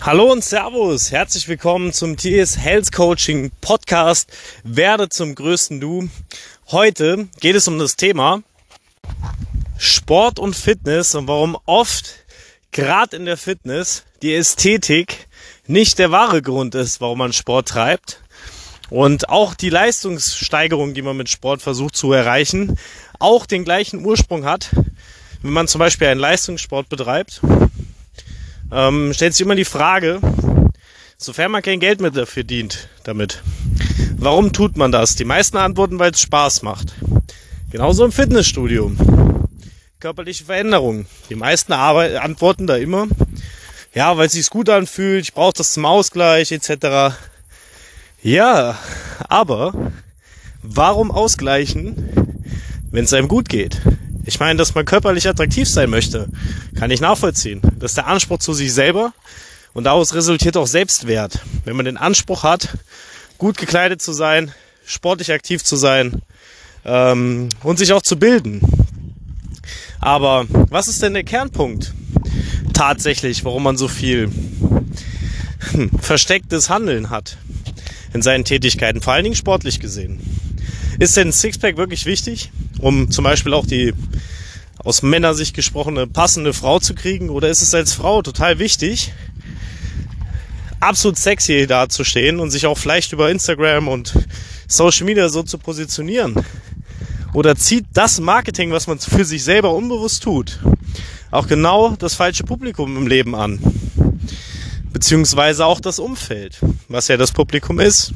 Hallo und Servus, herzlich willkommen zum TS Health Coaching Podcast Werde zum größten Du. Heute geht es um das Thema Sport und Fitness und warum oft, gerade in der Fitness, die Ästhetik nicht der wahre Grund ist, warum man Sport treibt. Und auch die Leistungssteigerung, die man mit Sport versucht zu erreichen, auch den gleichen Ursprung hat. Wenn man zum Beispiel einen Leistungssport betreibt, stellt sich immer die Frage, sofern man kein Geld mehr dafür dient damit, warum tut man das? Die meisten antworten, weil es Spaß macht. Genauso im Fitnessstudio. Körperliche Veränderungen. Die meisten antworten da immer, ja, weil es sich gut anfühlt, ich brauche das zum Ausgleich etc. Ja, aber warum ausgleichen, wenn es einem gut geht? Ich meine, dass man körperlich attraktiv sein möchte, kann ich nachvollziehen. Das ist der Anspruch zu sich selber und daraus resultiert auch Selbstwert. Wenn man den Anspruch hat, gut gekleidet zu sein, sportlich aktiv zu sein und sich auch zu bilden. Aber was ist denn der Kernpunkt tatsächlich, warum man so viel verstecktes Handeln hat in seinen Tätigkeiten, vor allen Dingen sportlich gesehen? Ist denn ein Sixpack wirklich wichtig, um zum Beispiel auch die aus Männersicht gesprochene passende Frau zu kriegen? Oder ist es als Frau total wichtig, absolut sexy dazustehen und sich auch vielleicht über Instagram und Social Media so zu positionieren? Oder zieht das Marketing, was man für sich selber unbewusst tut, auch genau das falsche Publikum im Leben an? Beziehungsweise auch das Umfeld, was ja das Publikum ist.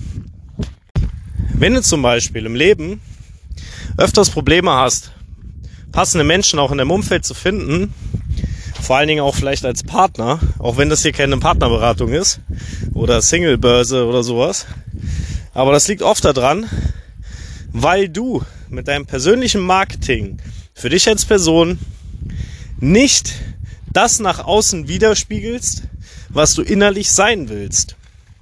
Wenn du zum Beispiel im Leben öfters Probleme hast, passende Menschen auch in deinem Umfeld zu finden, vor allen Dingen auch vielleicht als Partner, auch wenn das hier keine Partnerberatung ist oder Singlebörse oder sowas, aber das liegt oft daran, weil du mit deinem persönlichen Marketing für dich als Person nicht das nach außen widerspiegelst, was du innerlich sein willst.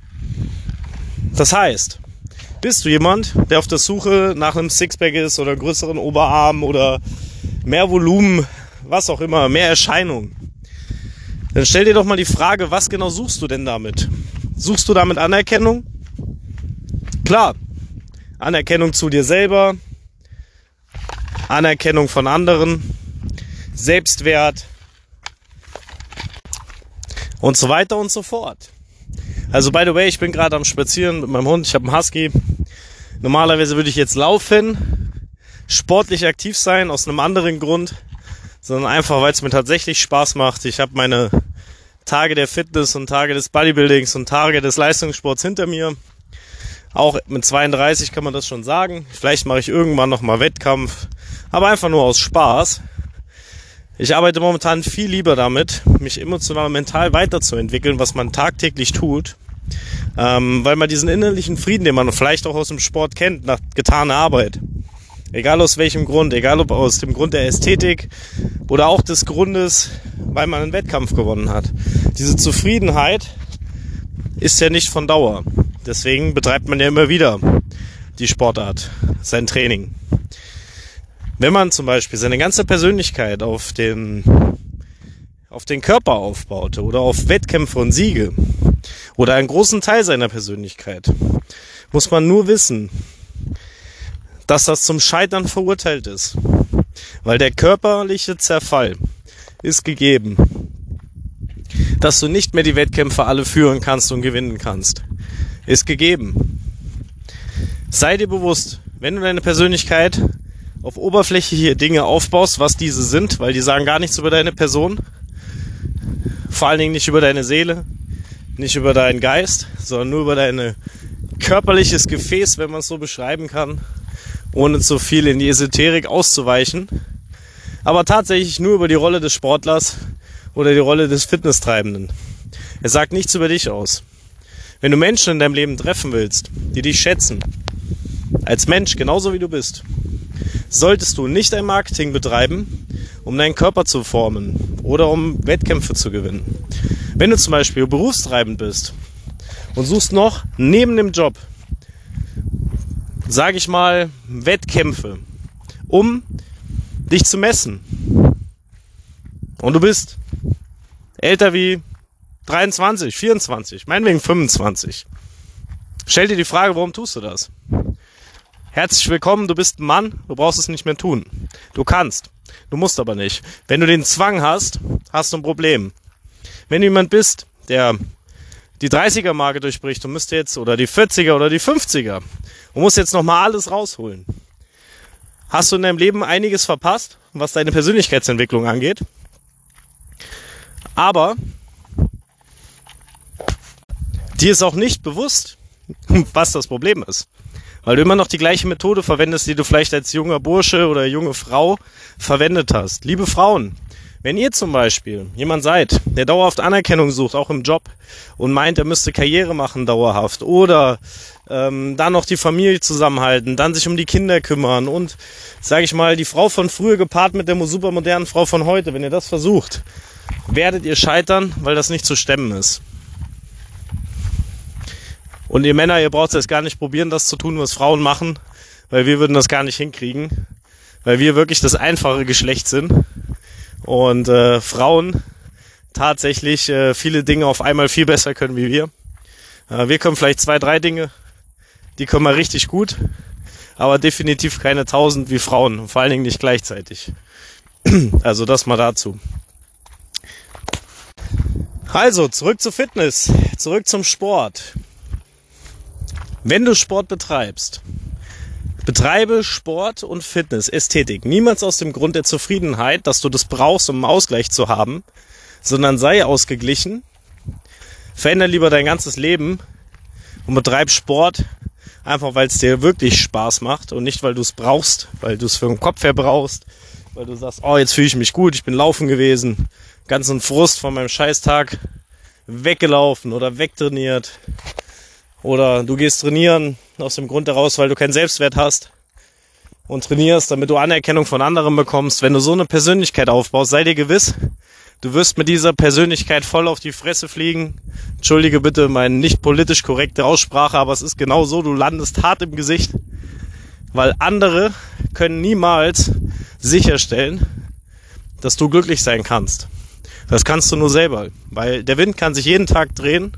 Das heißt, bist du jemand, der auf der Suche nach einem Sixpack ist oder größeren Oberarm oder mehr Volumen, was auch immer, mehr Erscheinung, dann stell dir doch mal die Frage, was genau suchst du denn damit? Suchst du damit Anerkennung? Klar, Anerkennung zu dir selber, Anerkennung von anderen, Selbstwert und so weiter und so fort. Also by the way, ich bin gerade am Spazieren mit meinem Hund, ich habe einen Husky. Normalerweise würde ich jetzt laufen, sportlich aktiv sein, aus einem anderen Grund, sondern einfach, weil es mir tatsächlich Spaß macht. Ich habe meine Tage der Fitness und Tage des Bodybuildings und Tage des Leistungssports hinter mir. Auch mit 32 kann man das schon sagen. Vielleicht mache ich irgendwann nochmal Wettkampf, aber einfach nur aus Spaß. Ich arbeite momentan viel lieber damit, mich emotional und mental weiterzuentwickeln, was man tagtäglich tut, weil man diesen innerlichen Frieden, den man vielleicht auch aus dem Sport kennt, nach getaner Arbeit, egal aus welchem Grund, egal ob aus dem Grund der Ästhetik oder auch des Grundes, weil man einen Wettkampf gewonnen hat. Diese Zufriedenheit ist ja nicht von Dauer. Deswegen betreibt man ja immer wieder die Sportart, sein Training. Wenn man zum Beispiel seine ganze Persönlichkeit auf den Körper aufbaut oder auf Wettkämpfe und Siege oder einen großen Teil seiner Persönlichkeit, muss man nur wissen, dass das zum Scheitern verurteilt ist. Weil der körperliche Zerfall ist gegeben. Dass du nicht mehr die Wettkämpfe alle führen kannst und gewinnen kannst, ist gegeben. Sei dir bewusst, wenn du deine Persönlichkeit auf oberflächliche Dinge aufbaust, was diese sind, weil die sagen gar nichts über deine Person, vor allen Dingen nicht über deine Seele, nicht über deinen Geist, sondern nur über dein körperliches Gefäß, wenn man es so beschreiben kann, ohne zu viel in die Esoterik auszuweichen, aber tatsächlich nur über die Rolle des Sportlers oder die Rolle des Fitnesstreibenden. Er sagt nichts über dich aus. Wenn du Menschen in deinem Leben treffen willst, die dich schätzen, als Mensch genauso wie du bist, solltest du nicht ein Marketing betreiben, um deinen Körper zu formen oder um Wettkämpfe zu gewinnen. Wenn du zum Beispiel berufstreibend bist und suchst noch neben dem Job, sage ich mal, Wettkämpfe, um dich zu messen, und du bist älter wie 23, 24, meinetwegen 25. Stell dir die Frage, warum tust du das? Herzlich willkommen, du bist ein Mann, du brauchst es nicht mehr tun. Du kannst, du musst aber nicht. Wenn du den Zwang hast, hast du ein Problem. Wenn du jemand bist, der die 30er-Marke durchbricht und müsste jetzt, oder die 40er oder die 50er, und musst jetzt nochmal alles rausholen, hast du in deinem Leben einiges verpasst, was deine Persönlichkeitsentwicklung angeht. Aber dir ist auch nicht bewusst, was das Problem ist. Weil du immer noch die gleiche Methode verwendest, die du vielleicht als junger Bursche oder junge Frau verwendet hast. Liebe Frauen, wenn ihr zum Beispiel jemand seid, der dauerhaft Anerkennung sucht, auch im Job, und meint, er müsste Karriere machen dauerhaft, oder dann noch die Familie zusammenhalten, dann sich um die Kinder kümmern und, sage ich mal, die Frau von früher gepaart mit der supermodernen Frau von heute, wenn ihr das versucht, werdet ihr scheitern, weil das nicht zu stemmen ist. Und ihr Männer, ihr braucht es jetzt gar nicht probieren, das zu tun, was Frauen machen, weil wir würden das gar nicht hinkriegen, weil wir wirklich das einfache Geschlecht sind und Frauen tatsächlich viele Dinge auf einmal viel besser können wie wir. Wir können vielleicht 2, 3 Dinge, die können wir richtig gut, aber definitiv keine 1000 wie Frauen, und vor allen Dingen nicht gleichzeitig. Also das mal dazu. Also, zurück zur Fitness, zurück zum Sport. Wenn du Sport betreibst, betreibe Sport und Fitness, Ästhetik, niemals aus dem Grund der Zufriedenheit, dass du das brauchst, um einen Ausgleich zu haben, sondern sei ausgeglichen, verändere lieber dein ganzes Leben und betreib Sport einfach, weil es dir wirklich Spaß macht und nicht, weil du es brauchst, weil du es für den Kopf her brauchst, weil du sagst, oh, jetzt fühle ich mich gut, ich bin laufen gewesen, ganzen Frust von meinem Scheißtag weggelaufen oder wegtrainiert. Oder du gehst trainieren aus dem Grund heraus, weil du keinen Selbstwert hast und trainierst, damit du Anerkennung von anderen bekommst. Wenn du so eine Persönlichkeit aufbaust, sei dir gewiss, du wirst mit dieser Persönlichkeit voll auf die Fresse fliegen. Entschuldige bitte meine nicht politisch korrekte Aussprache, aber es ist genau so, du landest hart im Gesicht, weil andere können niemals sicherstellen, dass du glücklich sein kannst. Das kannst du nur selber, weil der Wind kann sich jeden Tag drehen.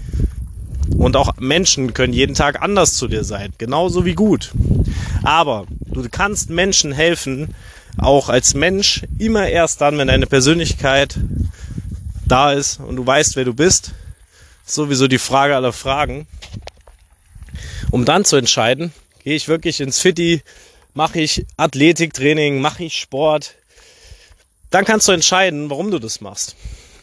Und auch Menschen können jeden Tag anders zu dir sein, genauso wie gut. Aber du kannst Menschen helfen, auch als Mensch, immer erst dann, wenn deine Persönlichkeit da ist und du weißt, wer du bist. Sowieso die Frage aller Fragen. Um dann zu entscheiden, gehe ich wirklich ins Fitti, mache ich Athletiktraining, mache ich Sport. Dann kannst du entscheiden, warum du das machst.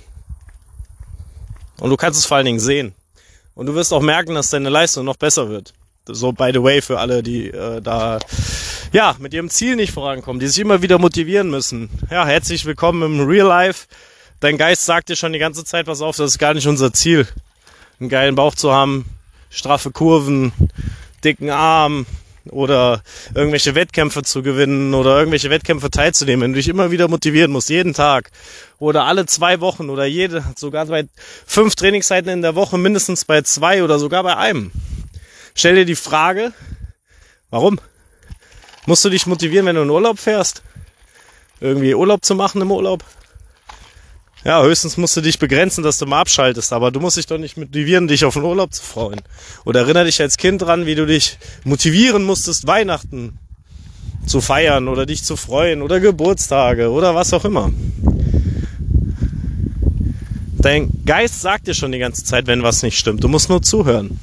Und du kannst es vor allen Dingen sehen. Und du wirst auch merken, dass deine Leistung noch besser wird. So, by the way, für alle, die mit ihrem Ziel nicht vorankommen, die sich immer wieder motivieren müssen. Ja, herzlich willkommen im Real Life. Dein Geist sagt dir schon die ganze Zeit, pass auf, das ist gar nicht unser Ziel. Einen geilen Bauch zu haben, straffe Kurven, dicken Arm oder irgendwelche Wettkämpfe zu gewinnen oder irgendwelche Wettkämpfe teilzunehmen. Wenn du dich immer wieder motivieren musst, jeden Tag oder alle 2 Wochen oder sogar bei 5 Trainingszeiten in der Woche, mindestens bei 2 oder sogar bei einem. Stell dir die Frage, warum? Musst du dich motivieren, wenn du in Urlaub fährst? Irgendwie Urlaub zu machen im Urlaub? Ja, höchstens musst du dich begrenzen, dass du mal abschaltest, aber du musst dich doch nicht motivieren, dich auf den Urlaub zu freuen. Oder erinnere dich als Kind dran, wie du dich motivieren musstest, Weihnachten zu feiern oder dich zu freuen oder Geburtstage oder was auch immer. Dein Geist sagt dir schon die ganze Zeit, wenn was nicht stimmt. Du musst nur zuhören.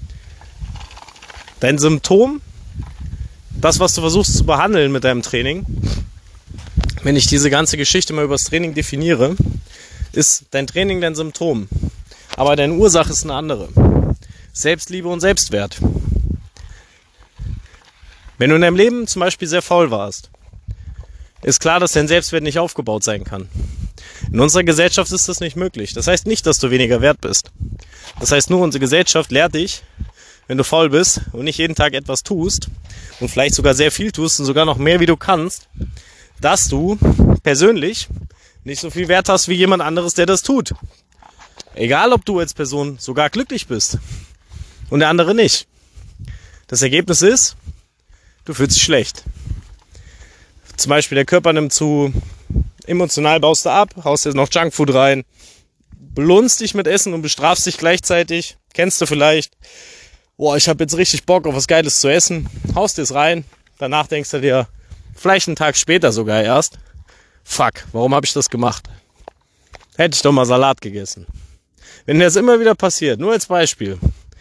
Dein Symptom, das, was du versuchst zu behandeln mit deinem Training, wenn ich diese ganze Geschichte mal über das Training definiere, ist dein Training dein Symptom. Aber deine Ursache ist eine andere. Selbstliebe und Selbstwert. Wenn du in deinem Leben zum Beispiel sehr faul warst, ist klar, dass dein Selbstwert nicht aufgebaut sein kann. In unserer Gesellschaft ist das nicht möglich. Das heißt nicht, dass du weniger wert bist. Das heißt nur, unsere Gesellschaft lehrt dich, wenn du faul bist und nicht jeden Tag etwas tust und vielleicht sogar sehr viel tust und sogar noch mehr, wie du kannst, dass du persönlich nicht so viel Wert hast wie jemand anderes, der das tut. Egal, ob du als Person sogar glücklich bist und der andere nicht. Das Ergebnis ist, du fühlst dich schlecht. Zum Beispiel der Körper nimmt zu, emotional baust du ab, haust jetzt noch Junkfood rein, belohnst dich mit Essen und bestrafst dich gleichzeitig. Kennst du vielleicht? Boah, ich habe jetzt richtig Bock auf was Geiles zu essen. Haust dir's rein. Danach denkst du dir, vielleicht einen Tag später sogar erst, fuck, warum habe ich das gemacht? Hätte ich doch mal Salat gegessen. Wenn das immer wieder passiert, nur als Beispiel,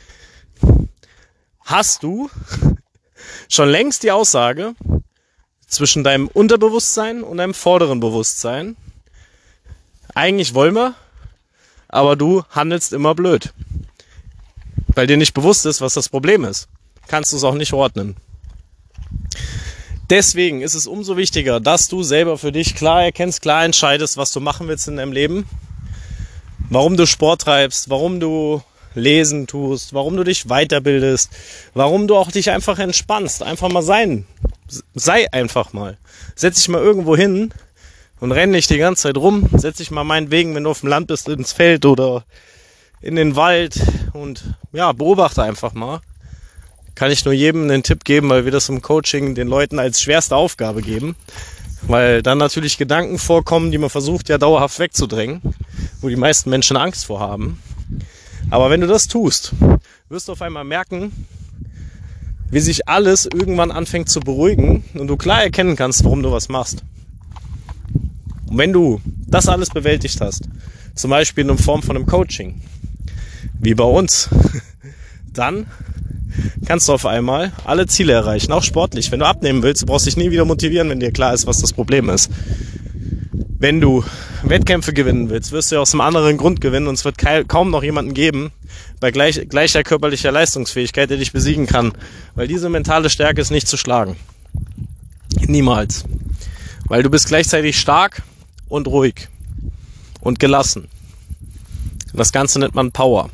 hast du schon längst die Aussage zwischen deinem Unterbewusstsein und deinem vorderen Bewusstsein. Eigentlich wollen wir, aber du handelst immer blöd. Weil dir nicht bewusst ist, was das Problem ist. Kannst du es auch nicht ordnen. Deswegen ist es umso wichtiger, dass du selber für dich klar erkennst, klar entscheidest, was du machen willst in deinem Leben. Warum du Sport treibst, warum du lesen tust, warum du dich weiterbildest, warum du auch dich einfach entspannst. Einfach mal sein. Sei einfach mal. Setz dich mal irgendwo hin und renn nicht die ganze Zeit rum. Setz dich mal meinetwegen, wenn du auf dem Land bist, ins Feld oder in den Wald und ja, beobachte einfach mal. Kann ich nur jedem einen Tipp geben, weil wir das im Coaching den Leuten als schwerste Aufgabe geben. Weil dann natürlich Gedanken vorkommen, die man versucht ja dauerhaft wegzudrängen, wo die meisten Menschen Angst vor haben. Aber wenn du das tust, wirst du auf einmal merken, wie sich alles irgendwann anfängt zu beruhigen und du klar erkennen kannst, warum du was machst. Und wenn du das alles bewältigt hast, zum Beispiel in Form von einem Coaching, wie bei uns, dann kannst du auf einmal alle Ziele erreichen, auch sportlich. Wenn du abnehmen willst, du brauchst dich nie wieder motivieren, wenn dir klar ist, was das Problem ist. Wenn du Wettkämpfe gewinnen willst, wirst du aus einem anderen Grund gewinnen und es wird kaum noch jemanden geben bei gleicher körperlicher Leistungsfähigkeit, der dich besiegen kann. Weil diese mentale Stärke ist nicht zu schlagen. Niemals. Weil du bist gleichzeitig stark und ruhig und gelassen. Das Ganze nennt man Power.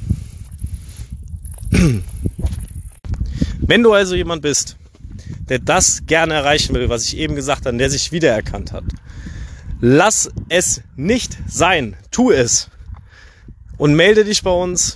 Wenn du also jemand bist, der das gerne erreichen will, was ich eben gesagt habe, der sich wiedererkannt hat, lass es nicht sein. Tu es. Und melde dich bei uns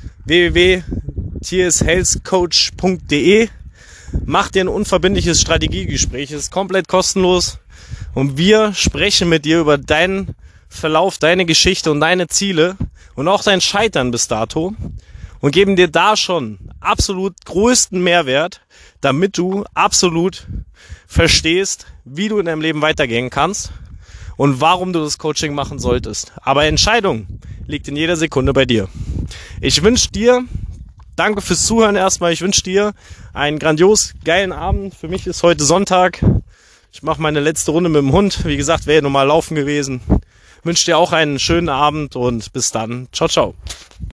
www.tshealthcoach.de. Mach dir ein unverbindliches Strategiegespräch. Es ist komplett kostenlos. Und wir sprechen mit dir über deinen Verlauf, deine Geschichte und deine Ziele und auch dein Scheitern bis dato. Und geben dir da schon absolut größten Mehrwert, damit du absolut verstehst, wie du in deinem Leben weitergehen kannst und warum du das Coaching machen solltest. Aber Entscheidung liegt in jeder Sekunde bei dir. Ich wünsche dir, danke fürs Zuhören erstmal, ich wünsche dir einen grandios geilen Abend. Für mich ist heute Sonntag. Ich mache meine letzte Runde mit dem Hund. Wie gesagt, wäre normal laufen gewesen. Ich wünsche dir auch einen schönen Abend und bis dann. Ciao, ciao.